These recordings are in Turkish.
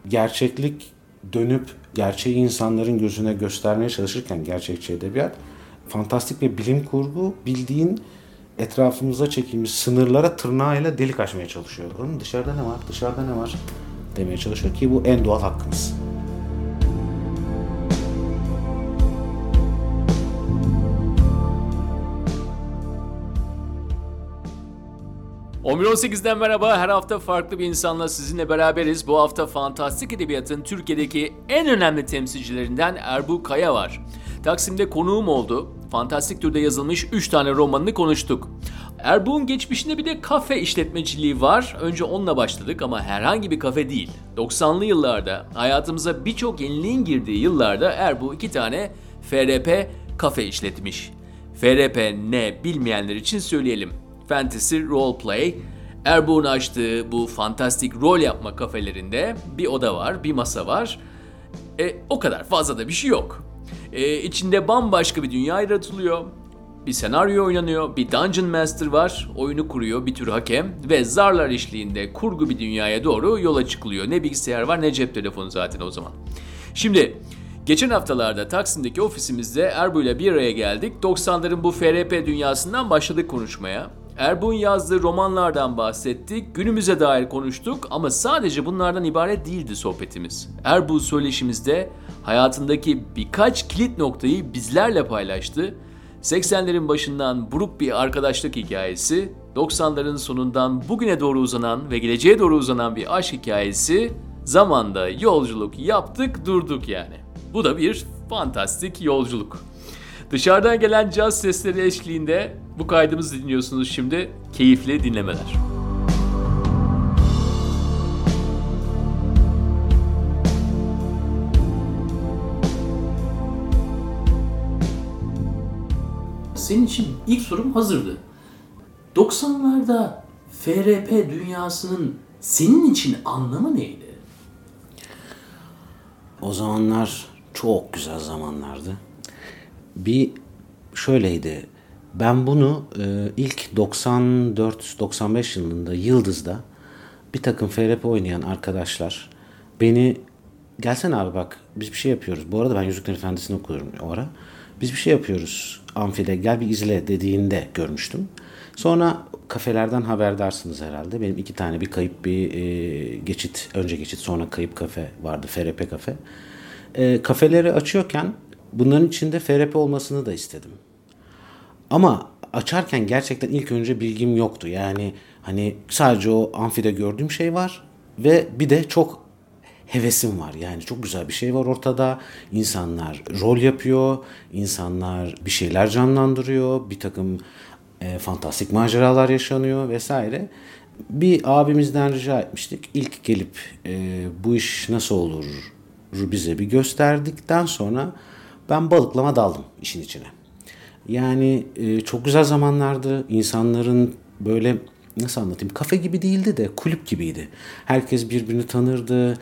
gerçeklik dönüp gerçeği insanların gözüne göstermeye çalışırken gerçekçi edebiyat, fantastik ve bilim kurgu bildiğin etrafımıza çekilmiş sınırlara tırnağıyla delik açmaya çalışıyor. Onun dışarıda ne var, dışarıda ne var demeye çalışıyor ki bu en doğal hakkımız. 11.18'den merhaba. Her hafta farklı bir insanla sizinle beraberiz. Bu hafta fantastik edebiyatın Türkiye'deki en önemli temsilcilerinden Erbuğ Kaya var. Taksim'de konuğum oldu. Fantastik türde yazılmış 3 tane romanını konuştuk. Erbuğ'un geçmişinde bir de kafe işletmeciliği var. Önce onunla başladık ama herhangi bir kafe değil. 90'lı yıllarda hayatımıza birçok yeniliğin girdiği yıllarda Erbuğ 2 tane FRP kafe işletmiş. FRP ne bilmeyenler için söyleyelim. Fantasy Role Play. Erbuğ'un açtığı bu fantastik rol yapma kafelerinde bir oda var, bir masa var. O kadar fazla da bir şey yok. İçinde bambaşka bir dünya yaratılıyor. Bir senaryo oynanıyor, bir Dungeon Master var, oyunu kuruyor, bir tür hakem ve zarlar eşliğinde kurgu bir dünyaya doğru yola çıkılıyor. Ne bilgisayar var ne cep telefonu zaten o zaman. Şimdi geçen haftalarda Taksim'deki ofisimizde Erbuğ'la bir araya geldik. 90'ların bu FRP dünyasından başladık konuşmaya. Erbuğ'un yazdığı romanlardan bahsettik, günümüze dair konuştuk ama sadece bunlardan ibaret değildi sohbetimiz. Erbuğ söyleşimizde hayatındaki birkaç kilit noktayı bizlerle paylaştı. 80'lerin başından buruk bir arkadaşlık hikayesi, 90'ların sonundan bugüne doğru uzanan ve geleceğe doğru uzanan bir aşk hikayesi, zamanda yolculuk yaptık durduk yani. Bu da bir fantastik yolculuk. Dışarıdan gelen caz sesleri eşliğinde bu kaydımızı dinliyorsunuz şimdi. Keyifli dinlemeler. Senin için ilk sorum hazırdı. 90'larda FRP dünyasının senin için anlamı neydi? O zamanlar çok güzel zamanlardı. Bir şöyleydi. Ben bunu ilk 94-95 yılında Yıldız'da bir takım FRP oynayan arkadaşlar beni gelsene abi bak biz bir şey yapıyoruz. Bu arada ben Yüzüklerin Efendisi'ni okuyorum o ara. Biz bir şey yapıyoruz amfide gel bir izle dediğinde görmüştüm. Sonra kafelerden haberdarsınız herhalde. Benim 2 tane bir kayıp bir geçit, önce geçit sonra kayıp kafe vardı, FRP kafe. Kafeleri açıyorken bunların içinde FRP olmasını da istedim. Ama açarken gerçekten ilk önce bilgim yoktu. Yani hani sadece o amfide gördüğüm şey var ve bir de çok hevesim var. Yani çok güzel bir şey var ortada. İnsanlar rol yapıyor, insanlar bir şeyler canlandırıyor, bir takım fantastik maceralar yaşanıyor vesaire. Bir abimizden rica etmiştik. İlk gelip bu iş nasıl olur bize bir gösterdikten sonra ben balıklama daldım işin içine. Yani çok güzel zamanlardı. İnsanların böyle nasıl anlatayım kafe gibi değildi de kulüp gibiydi. Herkes birbirini tanırdı.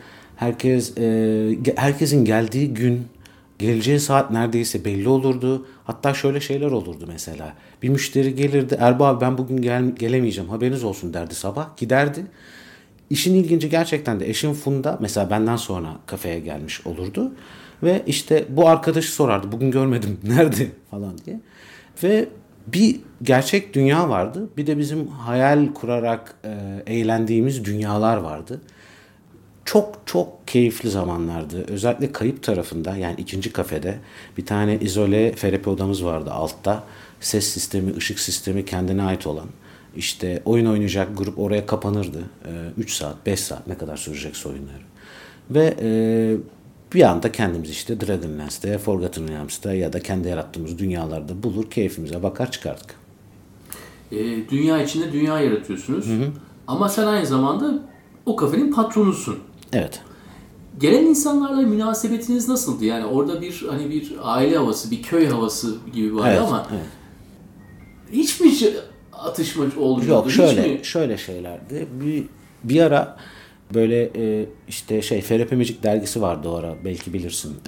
Herkesin geldiği gün, geleceği saat neredeyse belli olurdu. Hatta şöyle şeyler olurdu mesela. Bir müşteri gelirdi. Erbuğ abi ben bugün gelemeyeceğim haberiniz olsun derdi sabah. Giderdi. İşin ilginci gerçekten de eşim Funda mesela benden sonra kafeye gelmiş olurdu. Ve işte bu arkadaşı sorardı. Bugün görmedim. Nerede? Falan diye. Ve bir gerçek dünya vardı. Bir de bizim hayal kurarak eğlendiğimiz dünyalar vardı. Çok çok keyifli zamanlardı. Özellikle kayıp tarafında yani ikinci kafede bir tane izole FRP odamız vardı altta. Ses sistemi, ışık sistemi kendine ait olan. İşte oyun oynayacak grup oraya kapanırdı. 3 saat, 5 saat ne kadar sürecekse oyunları. Ve bir anda kendimizi işte Dragonlance'de, Forgotten Realms'da ya da kendi yarattığımız dünyalarda bulur, keyfimize bakar çıkardık. Dünya içinde dünya yaratıyorsunuz. Hı. Ama sen aynı zamanda o kafenin patronusun. Evet. Gelen insanlarla münasebetiniz nasıldı? Yani orada bir aile havası, bir köy havası gibi vardı evet, ama evet. Hiç mi atışma olmuyordu? Yok şöyle şeylerdi. Bir ara böyle işte FRP Magic dergisi vardı o ara belki bilirsin.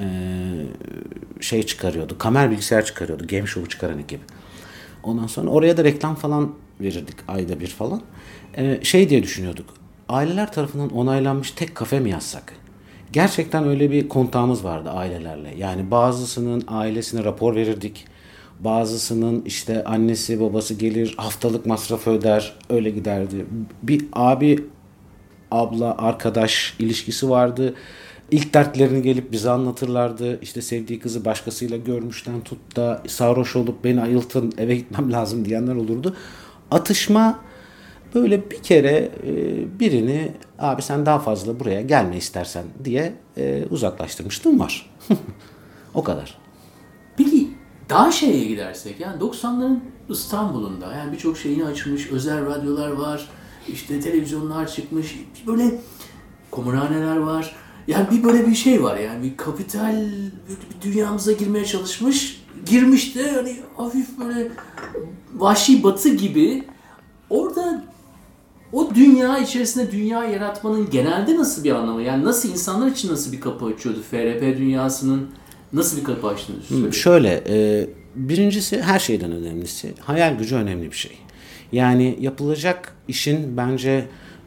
Çıkarıyordu. Kamer bilgisayar çıkarıyordu. Game Show'u çıkaran ekip. Ondan sonra oraya da reklam falan verirdik ayda bir falan. Diye düşünüyorduk. Aileler tarafından onaylanmış tek kafe mi yazsak? Gerçekten öyle bir kontağımız vardı ailelerle. Yani bazısının ailesine rapor verirdik. Bazısının işte annesi babası gelir haftalık masrafı öder öyle giderdi. Bir abi abla arkadaş ilişkisi vardı. İlk dertlerini gelip bize anlatırlardı. İşte sevdiği kızı başkasıyla görmüşten tut da sarhoş olup beni ayıltın eve gitmem lazım diyenler olurdu. Atışma böyle bir kere birini abi sen daha fazla buraya gelme istersen diye uzaklaştırmıştım var. O kadar. Peki daha şeye gidersek yani 90'ların İstanbul'unda yani birçok şeyini açılmış özel radyolar var. İşte televizyonlar çıkmış. Böyle kumarhaneler var. Yani bir böyle bir şey var yani bir kapital bir dünyamıza girmeye çalışmış. Girmiş de hani hafif böyle vahşi batı gibi. Orada o dünya içerisinde dünya yaratmanın genelde nasıl bir anlamı? Yani nasıl insanlar için nasıl bir kapı açıyordu? FRP dünyasının nasıl bir kapı açtığını söylüyor. Şöyle, birincisi her şeyden önemlisi hayal gücü önemli bir şey. Yani yapılacak işin bence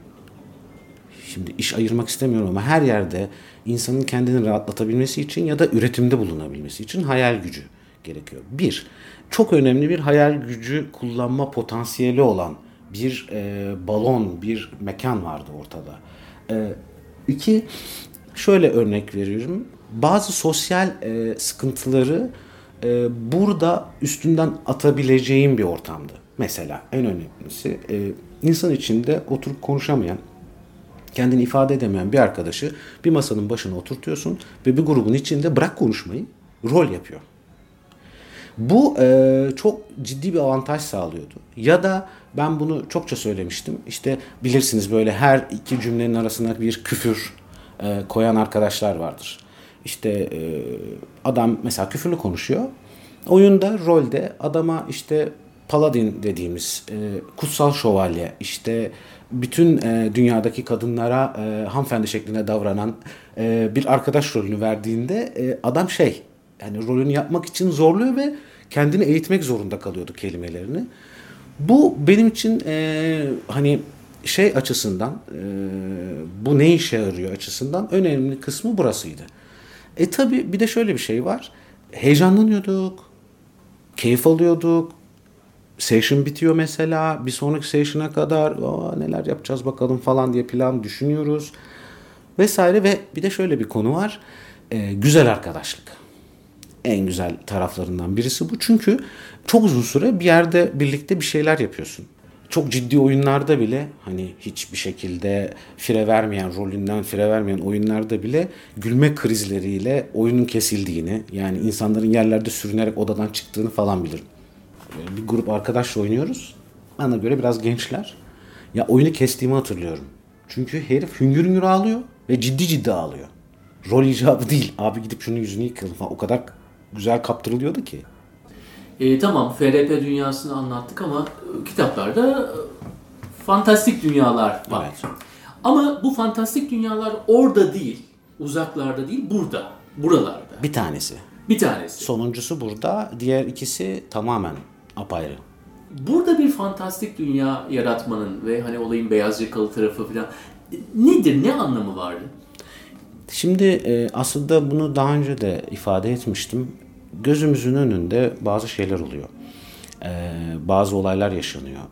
şimdi iş ayırmak istemiyorum ama her yerde insanın kendini rahatlatabilmesi için ya da üretimde bulunabilmesi için hayal gücü gerekiyor. Bir, çok önemli bir hayal gücü kullanma potansiyeli olan bir balon, bir mekan vardı ortada. İki, şöyle örnek veriyorum. Bazı sosyal sıkıntıları burada üstünden atabileceğim bir ortamdı. Mesela en önemlisi insan içinde oturup konuşamayan, kendini ifade edemeyen bir arkadaşı bir masanın başına oturtuyorsun ve bir grubun içinde bırak konuşmayı rol yapıyor. Bu çok ciddi bir avantaj sağlıyordu. Ya da ben bunu çokça söylemiştim. İşte bilirsiniz böyle her iki cümlenin arasına bir küfür koyan arkadaşlar vardır. İşte adam mesela küfürlü konuşuyor. Oyunda, rolde adama işte paladin dediğimiz kutsal şövalye, işte bütün dünyadaki kadınlara hanımefendi şeklinde davranan bir arkadaş rolünü verdiğinde adam yani rolünü yapmak için zorluyor ve kendini eğitmek zorunda kalıyordu kelimelerini. Bu benim için hani açısından bu ne işe yarıyor açısından önemli kısmı burasıydı. Tabii bir de şöyle bir şey var. Heyecanlanıyorduk, keyif alıyorduk. Session bitiyor mesela. Bir sonraki session'a kadar neler yapacağız bakalım falan diye plan düşünüyoruz. Vesaire ve bir de şöyle bir konu var. Güzel arkadaşlık. En güzel taraflarından birisi bu. Çünkü çok uzun süre bir yerde birlikte bir şeyler yapıyorsun. Çok ciddi oyunlarda bile hani hiçbir şekilde rolünden fire vermeyen oyunlarda bile gülme krizleriyle oyunun kesildiğini, yani insanların yerlerde sürünerek odadan çıktığını falan bilirim. Bir grup arkadaşla oynuyoruz. Bana göre biraz gençler. Ya oyunu kestiğimi hatırlıyorum. Çünkü herif hüngür hüngür ağlıyor ve ciddi ciddi ağlıyor. Rol icabı değil. Abi gidip şunun yüzünü yıkayalım falan. O kadar güzel kaptırılıyordu ki. Tamam FRP dünyasını anlattık ama kitaplarda fantastik dünyalar var. Evet. Ama bu fantastik dünyalar orada değil, uzaklarda değil, burada, buralarda. Bir tanesi. Bir tanesi. Sonuncusu burada, diğer ikisi tamamen apayrı. Burada bir fantastik dünya yaratmanın ve hani olayın beyaz yakalı tarafı falan nedir, ne anlamı vardı? Şimdi aslında bunu daha önce de ifade etmiştim. Gözümüzün önünde bazı şeyler oluyor. Bazı olaylar yaşanıyor.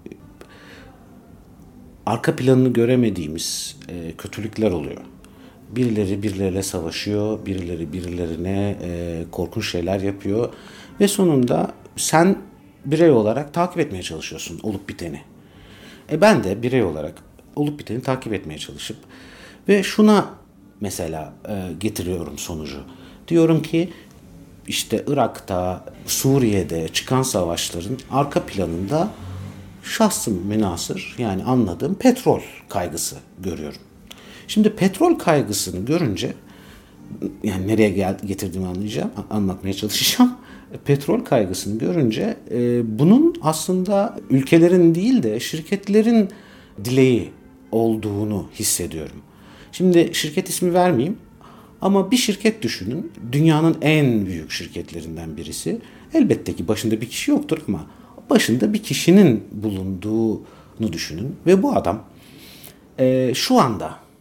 Arka planını göremediğimiz kötülükler oluyor. Birileri birileriyle savaşıyor, birileri birilerine korkunç şeyler yapıyor. Ve sonunda sen birey olarak takip etmeye çalışıyorsun olup biteni. Ben de birey olarak olup biteni takip etmeye çalışıp ve şuna mesela getiriyorum sonucu. Diyorum ki işte Irak'ta, Suriye'de çıkan savaşların arka planında şahsım münhasır yani anladığım petrol kaygısı görüyorum. Şimdi petrol kaygısını görünce yani nereye getirdiğimi anlatmaya çalışacağım. Petrol kaygısını görünce bunun aslında ülkelerin değil de şirketlerin dileği olduğunu hissediyorum. Şimdi şirket ismi vermeyeyim ama bir şirket düşünün. Dünyanın en büyük şirketlerinden birisi. Elbette ki başında bir kişi yoktur ama başında bir kişinin bulunduğunu düşünün. Ve bu adam şu anda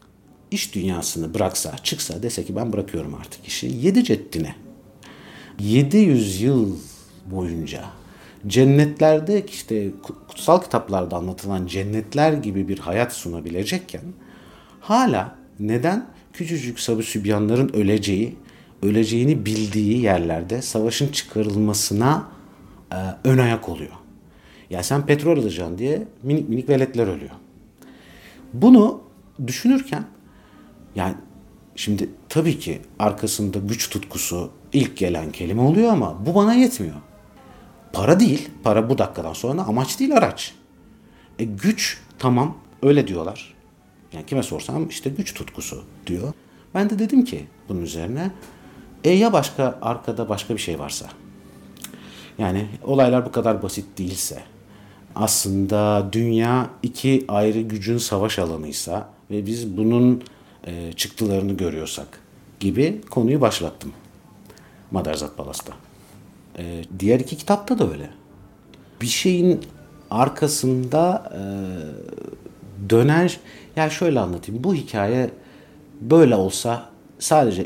iş dünyasını bıraksa, çıksa, dese ki ben bırakıyorum artık işi. 7 ceddine 700 yıl boyunca cennetlerde, işte kutsal kitaplarda anlatılan cennetler gibi bir hayat sunabilecekken hala neden küçücük Sabi-Sübyanların öleceğini bildiği yerlerde savaşın çıkarılmasına ön ayak oluyor. Ya sen petrol alacaksın diye minik minik veletler ölüyor. Bunu düşünürken, yani şimdi tabii ki arkasında güç tutkusu ilk gelen kelime oluyor ama bu bana yetmiyor. Para değil, para bu dakikadan sonra amaç değil, araç. Güç, tamam, öyle diyorlar. Yani kime sorsam işte güç tutkusu diyor. Ben de dedim ki bunun üzerine ya arkada başka bir şey varsa. Yani olaylar bu kadar basit değilse, aslında dünya iki ayrı gücün savaş alanıysa ve biz bunun çıktılarını görüyorsak gibi konuyu başlattım Madarzat Palas'ta. Diğer iki kitapta da öyle. Bir şeyin arkasında dönen, yani şöyle anlatayım. Bu hikaye böyle olsa, sadece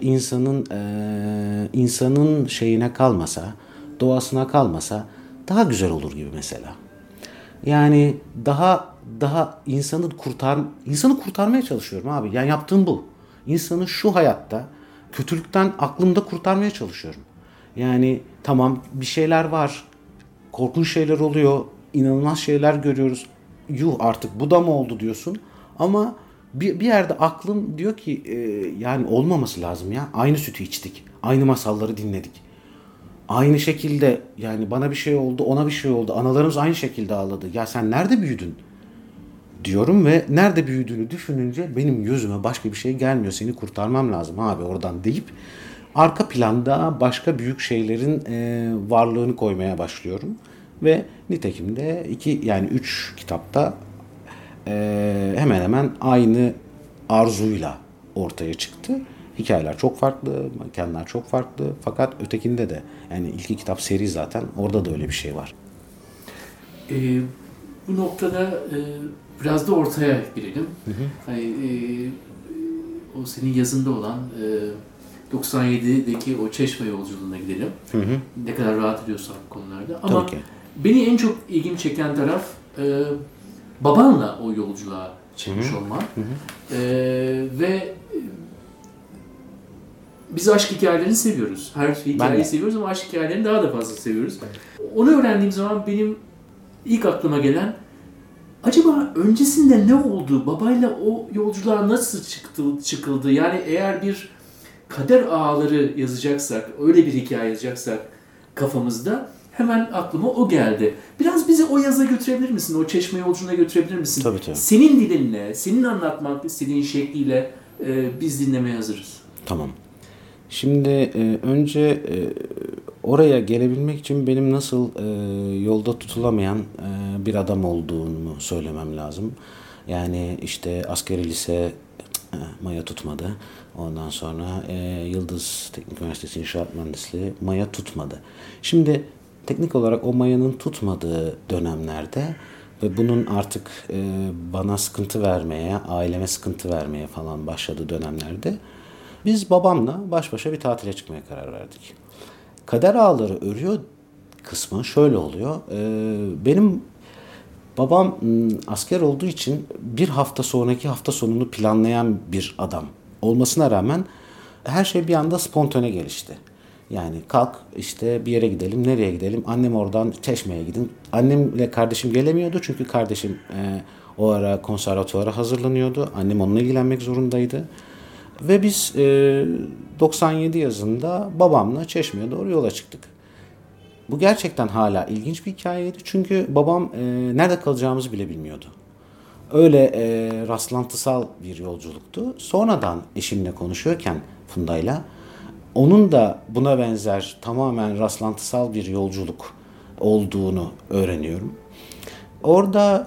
insanın şeyine kalmasa, doğasına kalmasa daha güzel olur gibi mesela. Yani daha insanı kurtarmaya çalışıyorum abi. Yani yaptığım bu. İnsanı şu hayatta kötülükten aklımda kurtarmaya çalışıyorum. Yani tamam, bir şeyler var. Korkunç şeyler oluyor. İnanılmaz şeyler görüyoruz. Yuh, artık bu da mı oldu diyorsun. Ama bir yerde aklım diyor ki yani olmaması lazım ya. Aynı sütü içtik. Aynı masalları dinledik. Aynı şekilde, yani bana bir şey oldu, ona bir şey oldu. Analarımız aynı şekilde ağladı. Ya sen nerede büyüdün diyorum ve nerede büyüdüğünü düşününce benim gözüme başka bir şey gelmiyor. Seni kurtarmam lazım abi oradan deyip arka planda başka büyük şeylerin varlığını koymaya başlıyorum. Ve nitekim de 3 kitapta hemen hemen aynı arzuyla ortaya çıktı. Hikayeler çok farklı, mekanlar çok farklı. Fakat ötekinde de, yani ilk kitap seri zaten, orada da öyle bir şey var. Bu noktada biraz da ortaya girelim. Hani, o senin yazında olan 97'deki o Çeşme yolculuğuna gidelim. Ne kadar rahat ediyorsan konularda. Ama beni en çok ilgimi çeken taraf babanla o yolculuğa çıkmış olman. Ve biz aşk hikayelerini seviyoruz. Her hikayeyi seviyoruz ama aşk hikayelerini daha da fazla seviyoruz. Onu öğrendiğim zaman benim ilk aklıma gelen, acaba öncesinde ne oldu? Babayla o yolculuğa nasıl çıkıldı? Yani eğer bir kader ağları yazacaksak, öyle bir hikaye yazacaksak kafamızda, hemen aklıma o geldi. Biraz bizi o yaza götürebilir misin? O Çeşme yolculuğuna götürebilir misin? Tabii. Senin dilinle, senin anlatmak istediğin şekliyle biz dinlemeye hazırız. Tamam. Şimdi önce oraya gelebilmek için benim nasıl yolda tutulamayan bir adam olduğumu söylemem lazım. Yani işte askeri lise maya tutmadı. Ondan sonra Yıldız Teknik Üniversitesi İnşaat Mühendisliği maya tutmadı. Şimdi teknik olarak o mayanın tutmadığı dönemlerde ve bunun artık bana sıkıntı vermeye, aileme sıkıntı vermeye falan başladığı dönemlerde biz babamla baş başa bir tatile çıkmaya karar verdik. Kader ağları örüyor kısmı şöyle oluyor. Benim babam asker olduğu için bir hafta sonraki hafta sonunu planlayan bir adam olmasına rağmen her şey bir anda spontane gelişti. Yani kalk işte bir yere gidelim, nereye gidelim? Annem oradan Çeşme'ye gidin. Annemle kardeşim gelemiyordu çünkü kardeşim o ara konservatuvara hazırlanıyordu. Annem onunla ilgilenmek zorundaydı. Ve biz 97 yazında babamla Çeşme'ye doğru yola çıktık. Bu gerçekten hala ilginç bir hikayeydi. Çünkü babam nerede kalacağımızı bile bilmiyordu. Öyle rastlantısal bir yolculuktu. Sonradan eşimle konuşuyorken Funda'yla, onun da buna benzer tamamen rastlantısal bir yolculuk olduğunu öğreniyorum. Orada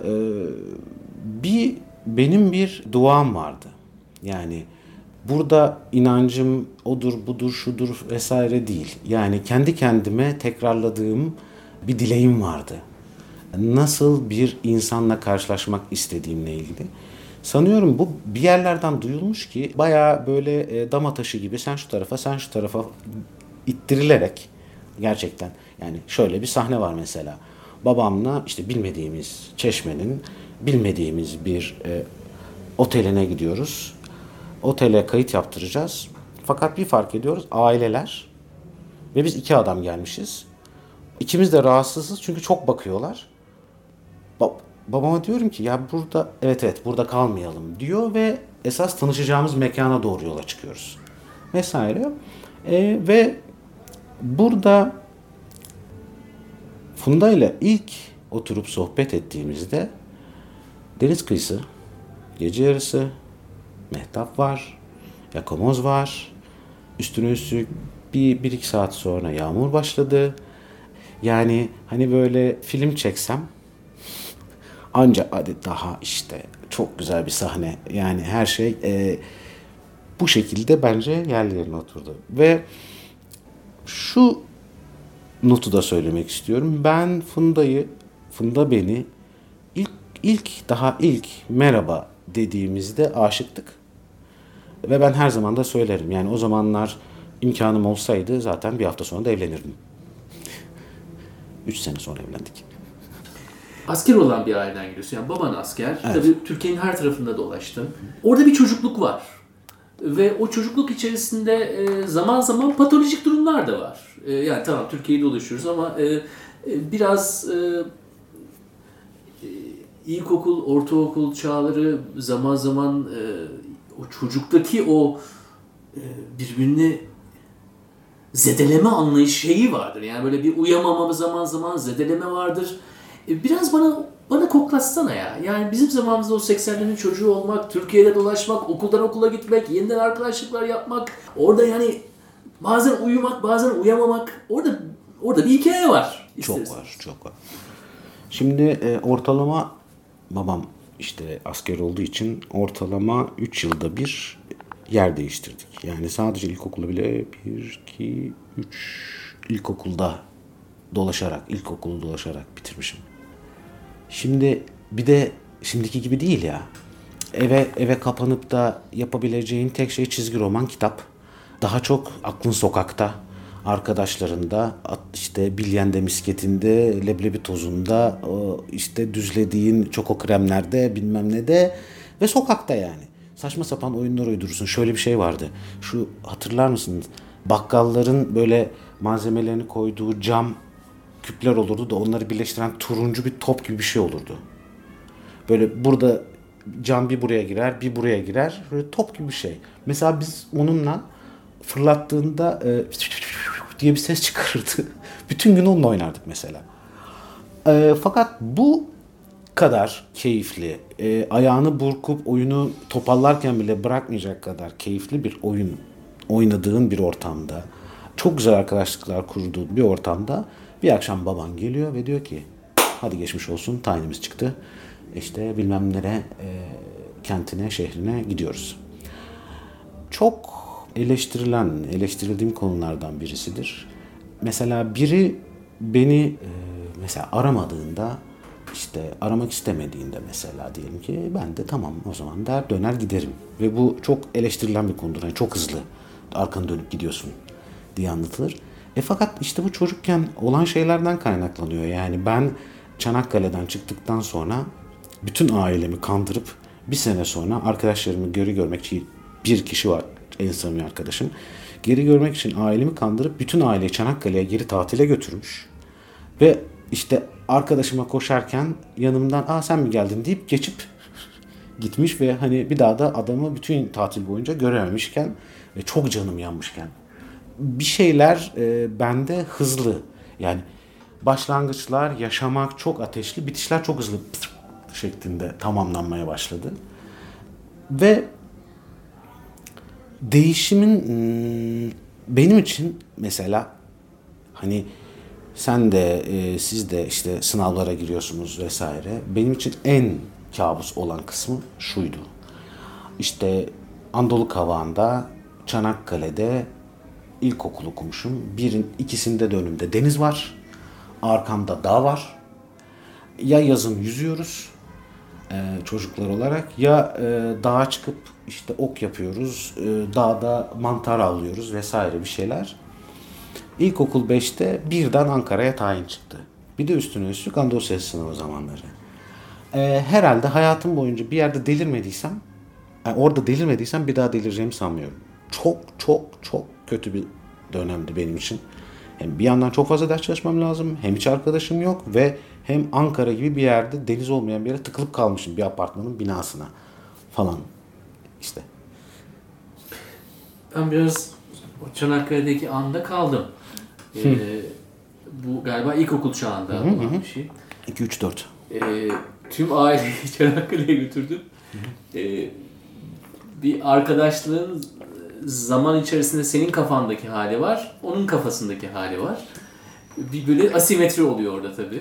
benim bir duam vardı. Yani burada inancım odur, budur, şudur vesaire değil. Yani kendi kendime tekrarladığım bir dileğim vardı. Nasıl bir insanla karşılaşmak istediğimle ilgili. Sanıyorum bu bir yerlerden duyulmuş ki bayağı böyle dama taşı gibi sen şu tarafa sen şu tarafa ittirilerek gerçekten yani şöyle bir sahne var mesela. Babamla işte bilmediğimiz Çeşme'nin bilmediğimiz bir oteline gidiyoruz. Otele kayıt yaptıracağız. Fakat bir fark ediyoruz aileler ve biz 2 adam gelmişiz. İkimiz de rahatsızız çünkü çok bakıyorlar. Babama diyorum ki ya burada evet burada kalmayalım diyor ve esas tanışacağımız mekana doğru yola çıkıyoruz vesaire. Ve burada Funda ile ilk oturup sohbet ettiğimizde deniz kıyısı, gece yarısı, mehtap var, yakamoz var, üstüne üstlük bir iki saat sonra yağmur başladı. Yani hani böyle film çeksem ancak hadi daha işte çok güzel bir sahne. Yani her şey bu şekilde bence yerli yerine oturdu. Ve şu notu da söylemek istiyorum. Ben Funda beni ilk merhaba dediğimizde aşıktık. Ve ben her zaman da söylerim. Yani o zamanlar imkanım olsaydı zaten bir hafta sonra da evlenirdim. 3 sene sonra evlendik. Asker olan bir aileden geliyorsun. Yani baban asker. Evet. Tabii Türkiye'nin her tarafında dolaştın. Orada bir çocukluk var. Ve o çocukluk içerisinde zaman zaman patolojik durumlar da var. Yani tamam Türkiye'yi dolaşıyoruz ama biraz ilkokul, ortaokul çağları zaman zaman o çocuktaki o birbirini zedeleme anlayış şeyi vardır. Yani böyle bir uyamama zaman zaman zedeleme vardır. Biraz bana koklatsana ya. Yani bizim zamanımızda o 80'lerin çocuğu olmak, Türkiye'de dolaşmak, okuldan okula gitmek, yeniden arkadaşlıklar yapmak, orada yani bazen uyumak, bazen uyamamak. Orada bir hikaye var. Çok var. Şimdi ortalama babam işte asker olduğu için ortalama 3 yılda bir yer değiştirdik. Yani sadece ilkokulu bile 1, 2, 3 ilkokulu dolaşarak bitirmişim. Şimdi bir de şimdiki gibi değil ya. Eve kapanıp da yapabileceğin tek şey çizgi roman, kitap. Daha çok aklın sokakta, arkadaşlarında, işte bilyende, misketinde, leblebi tozunda, işte düzlediğin çoko kremlerde, bilmem ne de ve sokakta yani. Saçma sapan oyunlar uydurursun. Şöyle bir şey vardı. Şu hatırlar mısınız? Bakkalların böyle malzemelerini koyduğu cam küpler olurdu da onları birleştiren turuncu bir top gibi bir şey olurdu. Böyle burada cam bir buraya girer, bir buraya girer. Böyle top gibi bir şey. Mesela biz onunla fırlattığında diye bir ses çıkarırdı. Bütün gün onunla oynardık mesela. Fakat bu kadar keyifli, ayağını burkup oyunu toparlarken bile bırakmayacak kadar keyifli bir oyun oynadığın bir ortamda, çok güzel arkadaşlıklar kurduğun bir ortamda bir akşam baban geliyor ve diyor ki hadi geçmiş olsun tayinimiz çıktı. İşte bilmem nere kentine, şehrine gidiyoruz. Çok eleştirildiğim konulardan birisidir. Mesela biri beni mesela aramadığında, işte aramak istemediğinde mesela diyelim ki ben de tamam o zaman der döner giderim. Ve bu çok eleştirilen bir konudur. Yani çok hızlı arkanı dönüp gidiyorsun diye anlatılır. Fakat işte bu çocukken olan şeylerden kaynaklanıyor. Yani ben Çanakkale'den çıktıktan sonra bütün ailemi kandırıp bir sene sonra arkadaşlarımı geri görmek için bir kişi var en samimi arkadaşım. Geri görmek için ailemi kandırıp bütün aileyi Çanakkale'ye geri tatile götürmüş. Ve işte arkadaşıma koşarken yanımdan sen mi geldin deyip geçip gitmiş ve hani bir daha da adamı bütün tatil boyunca görememişken ve çok canım yanmışken bir şeyler bende hızlı. Yani başlangıçlar yaşamak çok ateşli, bitişler çok hızlı şeklinde tamamlanmaya başladı. Ve değişimin benim için mesela hani sen de siz de işte sınavlara giriyorsunuz vesaire. Benim için en kabus olan kısmı şuydu. İşte Anadolu Kavağı'nda Çanakkale'de ilkokul okumuşum. İkisinde de önümde deniz var. Arkamda dağ var. Ya yazın yüzüyoruz çocuklar olarak. Ya dağa çıkıp işte ok yapıyoruz, dağda mantar avlıyoruz vesaire bir şeyler. İlkokul 5'te birden Ankara'ya tayin çıktı. Bir de üstüne üstlük Anadolu Lisesi sınavı zamanları. Herhalde hayatım boyunca bir yerde delirmediysem, yani orada delirmediysem bir daha delireceğimi sanmıyorum. Çok çok çok kötü bir dönemdi benim için. Hem bir yandan çok fazla ders çalışmam lazım, hem hiç arkadaşım yok ve hem Ankara gibi bir yerde, deniz olmayan bir yere tıkılıp kalmışım bir apartmanın binasına falan işte. Ben biraz o Çanakkale'deki anda kaldım. Bu galiba ilkokul çağında olan bir şey. 2-3-4. Tüm aileyi Çanakkale'ye götürdüm. Bir arkadaşlığın zaman içerisinde senin kafandaki hali var, onun kafasındaki hali var. Bir böyle asimetri oluyor orada tabii.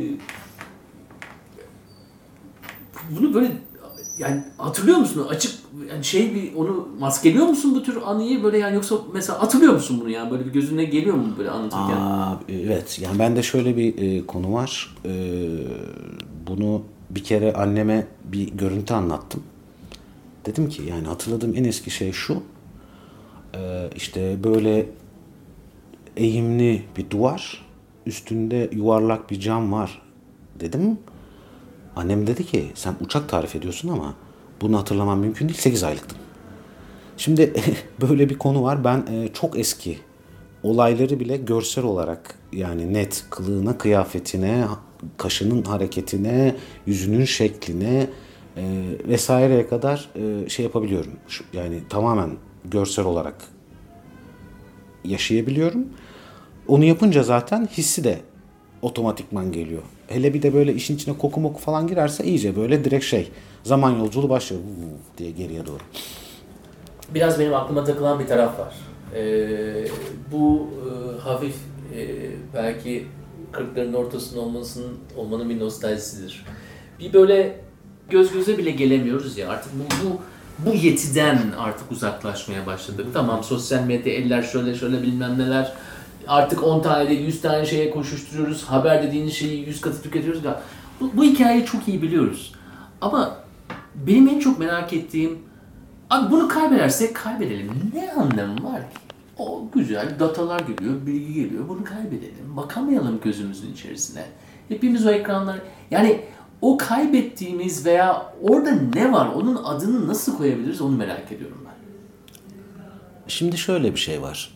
Bunu böyle yani hatırlıyor musun? Açık yani bir onu maskeliyor musun bu tür anıyı böyle yani yoksa mesela hatırlıyor musun bunu yani böyle bir gözüne geliyor mu böyle anlatırken? Evet yani bende şöyle bir konu var. Bunu bir kere anneme bir görüntü anlattım. Dedim ki yani hatırladığım en eski şey şu. İşte böyle eğimli bir duvar, üstünde yuvarlak bir cam var dedim. Annem dedi ki sen uçak tarif ediyorsun ama bunu hatırlamam mümkün değil. 8 aylıktım. Şimdi böyle bir konu var. Ben çok eski olayları bile görsel olarak yani net kılığına, kıyafetine, kaşının hareketine, yüzünün şekline vesaireye kadar şey yapabiliyorum. Yani tamamen görsel olarak yaşayabiliyorum. Onu yapınca zaten hissi de otomatikman geliyor. Hele bir de böyle işin içine koku moku falan girerse iyice böyle direkt zaman yolculuğu başlıyor diye geriye doğru. Biraz benim aklıma takılan bir taraf var. Bu hafif belki 40'ların ortasında olmanın bir nostaljisidir. Bir böyle göz göze bile gelemiyoruz ya artık bu yetiden artık uzaklaşmaya başladık. Tamam sosyal medya eller şöyle bilmem neler. Artık 10 tane de 100 tane şeye koşuşturuyoruz. Haber dediğiniz şeyi 100 katı tüketiyoruz. Bu hikayeyi çok iyi biliyoruz. Ama benim en çok merak ettiğim abi bunu kaybedersek kaybedelim. Ne anlamı var ki? O güzel datalar geliyor, bilgi geliyor. Bunu kaybedelim. Bakamayalım gözümüzün içerisine. Hepimiz o ekranlar... Yani o kaybettiğimiz veya orada ne var? Onun adını nasıl koyabiliriz onu merak ediyorum ben. Şimdi şöyle bir şey var.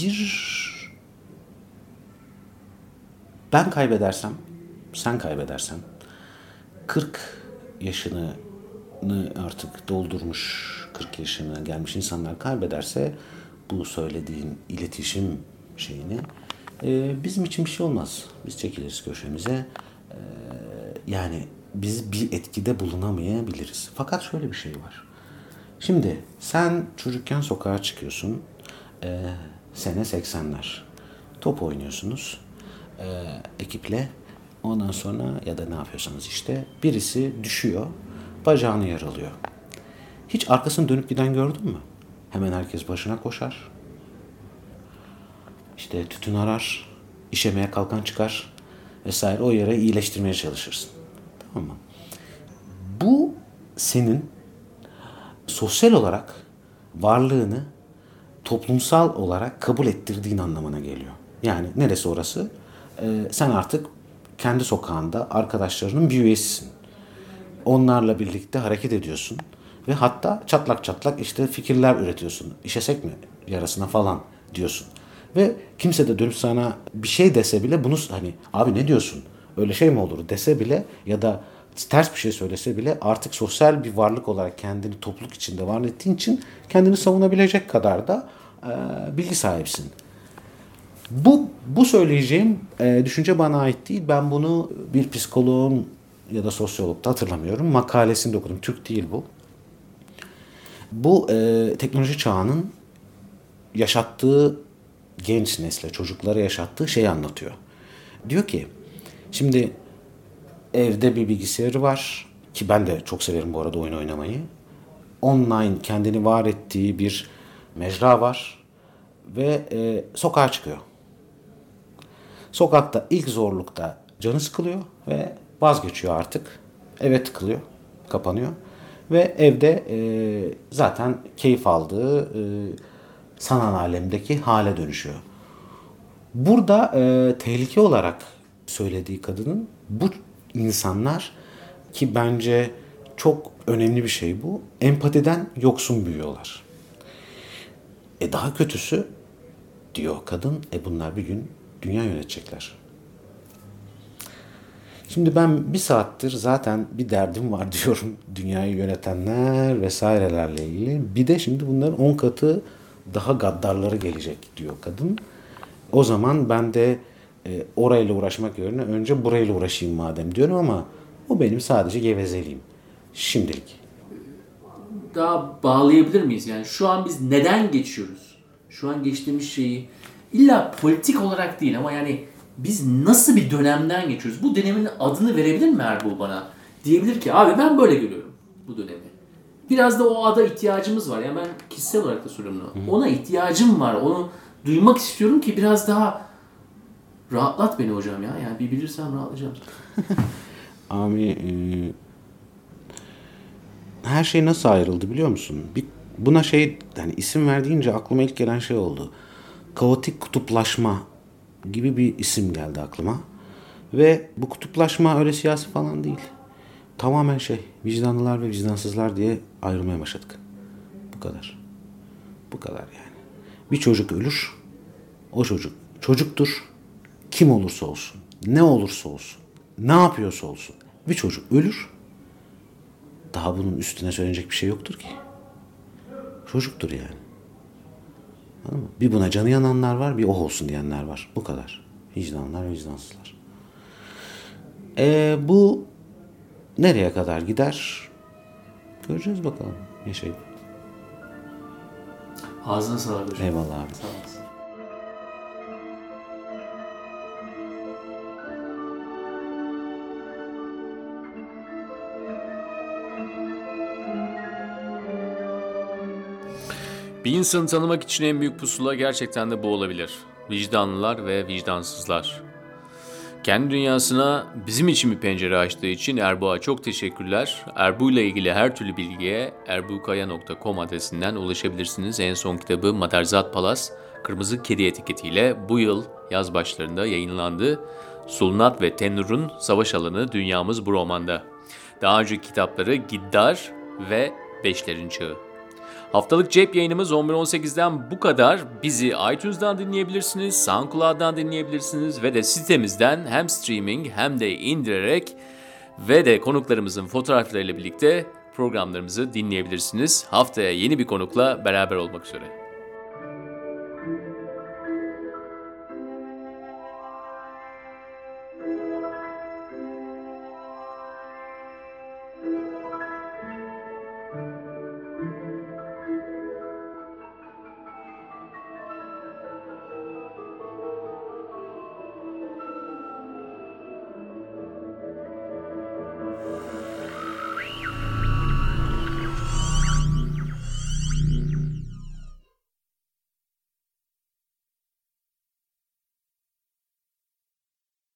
Ben kaybedersem, sen kaybedersen 40 yaşını artık doldurmuş 40 yaşına gelmiş insanlar kaybederse bu söylediğin iletişim şeyini bizim için bir şey olmaz. Biz çekiliriz köşemize. Yani biz bir etkide bulunamayabiliriz. Fakat şöyle bir şey var. Şimdi sen çocukken sokağa çıkıyorsun. Sene 80'ler. Top oynuyorsunuz. Ekiple. Ondan sonra ya da ne yapıyorsanız işte birisi düşüyor. Bacağını yaralıyor. Hiç arkasını dönüp giden gördün mü? Hemen herkes başına koşar. İşte tütün arar. İşemeye kalkan çıkar. Vesaire o yere iyileştirmeye çalışırsın. Tamam mı? Bu senin sosyal olarak varlığını toplumsal olarak kabul ettirdiğin anlamına geliyor. Yani neresi orası? Sen artık kendi sokağında arkadaşlarının bir üyesisin. Onlarla birlikte hareket ediyorsun. Ve hatta çatlak çatlak işte fikirler üretiyorsun. İşesek mi yarasına falan diyorsun. Ve kimse de dönüp sana bir şey dese bile bunu hani abi ne diyorsun? Öyle şey mi olur dese bile ya da ters bir şey söylese bile artık sosyal bir varlık olarak kendini topluluk içinde var ettiğin için kendini savunabilecek kadar da bilgi sahibisin. Bu söyleyeceğim düşünce bana ait değil. Ben bunu bir psikoloğun ya da sosyologda hatırlamıyorum. Makalesinde okudum. Türk değil bu. Bu teknoloji çağının yaşattığı genç nesle, çocuklara yaşattığı şeyi anlatıyor. Diyor ki, şimdi evde bir bilgisayarı var ki ben de çok severim bu arada oyun oynamayı. Online kendini var ettiği bir mecra var ve sokağa çıkıyor. Sokakta ilk zorlukta canı sıkılıyor ve vazgeçiyor artık. Eve tıkılıyor. kapanıyor. Ve evde zaten keyif aldığı sanal alemdeki hale dönüşüyor. Burada tehlike olarak söylediği kadının bu insanlar ki bence çok önemli bir şey bu. Empatiden yoksun büyüyorlar. Daha kötüsü diyor kadın, bunlar bir gün dünya yönetecekler. Şimdi ben bir saattir zaten bir derdim var diyorum dünyayı yönetenler vesairelerle ilgili. Bir de şimdi bunların 10 katı daha gaddarları gelecek diyor kadın. O zaman ben de orayla uğraşmak yerine önce burayla uğraşayım madem diyorum ama o benim sadece gevezeliğim. Şimdilik. Daha bağlayabilir miyiz? Yani şu an biz neden geçiyoruz? Şu an geçtiğimiz şeyi illa politik olarak değil ama yani biz nasıl bir dönemden geçiyoruz? Bu dönemin adını verebilir mi Erbuğ bana? Diyebilir ki abi ben böyle görüyorum bu dönemi. Biraz da o ada ihtiyacımız var. Yani ben kişisel olarak da soruyorum bunu. Ona ihtiyacım var. Onu duymak istiyorum ki biraz daha rahatlat beni hocam ya. Yani bir bilirsem rahatlayacağım. Abi her şey nasıl ayrıldı biliyor musun? Buna yani isim verdiğince aklıma ilk gelen şey oldu. Kaotik kutuplaşma gibi bir isim geldi aklıma. Ve bu kutuplaşma öyle siyasi falan değil. Tamamen vicdanlılar ve vicdansızlar diye ayrılmaya başladık. Bu kadar. Bu kadar yani. Bir çocuk ölür. O çocuk çocuktur. Kim olursa olsun. Ne olursa olsun. Ne yapıyorsa olsun. Bir çocuk ölür. Daha bunun üstüne söylenecek bir şey yoktur ki. Çocuktur yani. Anladın mı? Bir buna canı yananlar var, bir oh olsun diyenler var. Bu kadar. Vicdanlar, vicdansızlar. Bu nereye kadar gider? Göreceğiz bakalım. Yaşayıp. Ağzına sağlık hocam. Eyvallah abi. Sağ olasın. Bir insanı tanımak için en büyük pusula gerçekten de bu olabilir. Vicdanlılar ve vicdansızlar. Kendi dünyasına bizim için bir pencere açtığı için Erbuğ'a çok teşekkürler. Erbuğ ile ilgili her türlü bilgiye erbuğkaya.com adresinden ulaşabilirsiniz. En son kitabı Madarzat Palas, kırmızı kedi etiketiyle bu yıl yaz başlarında yayınlandı. Sulnat ve Tenur'un Savaş Alanı Dünyamız bu romanda. Daha önceki kitapları Giddar ve Beşlerin Çağı. Haftalık cep yayınımız 11.18'den bu kadar. Bizi iTunes'dan dinleyebilirsiniz, SoundCloud'dan dinleyebilirsiniz ve de sitemizden hem streaming hem de indirerek ve de konuklarımızın fotoğraflarıyla birlikte programlarımızı dinleyebilirsiniz. Haftaya yeni bir konukla beraber olmak üzere.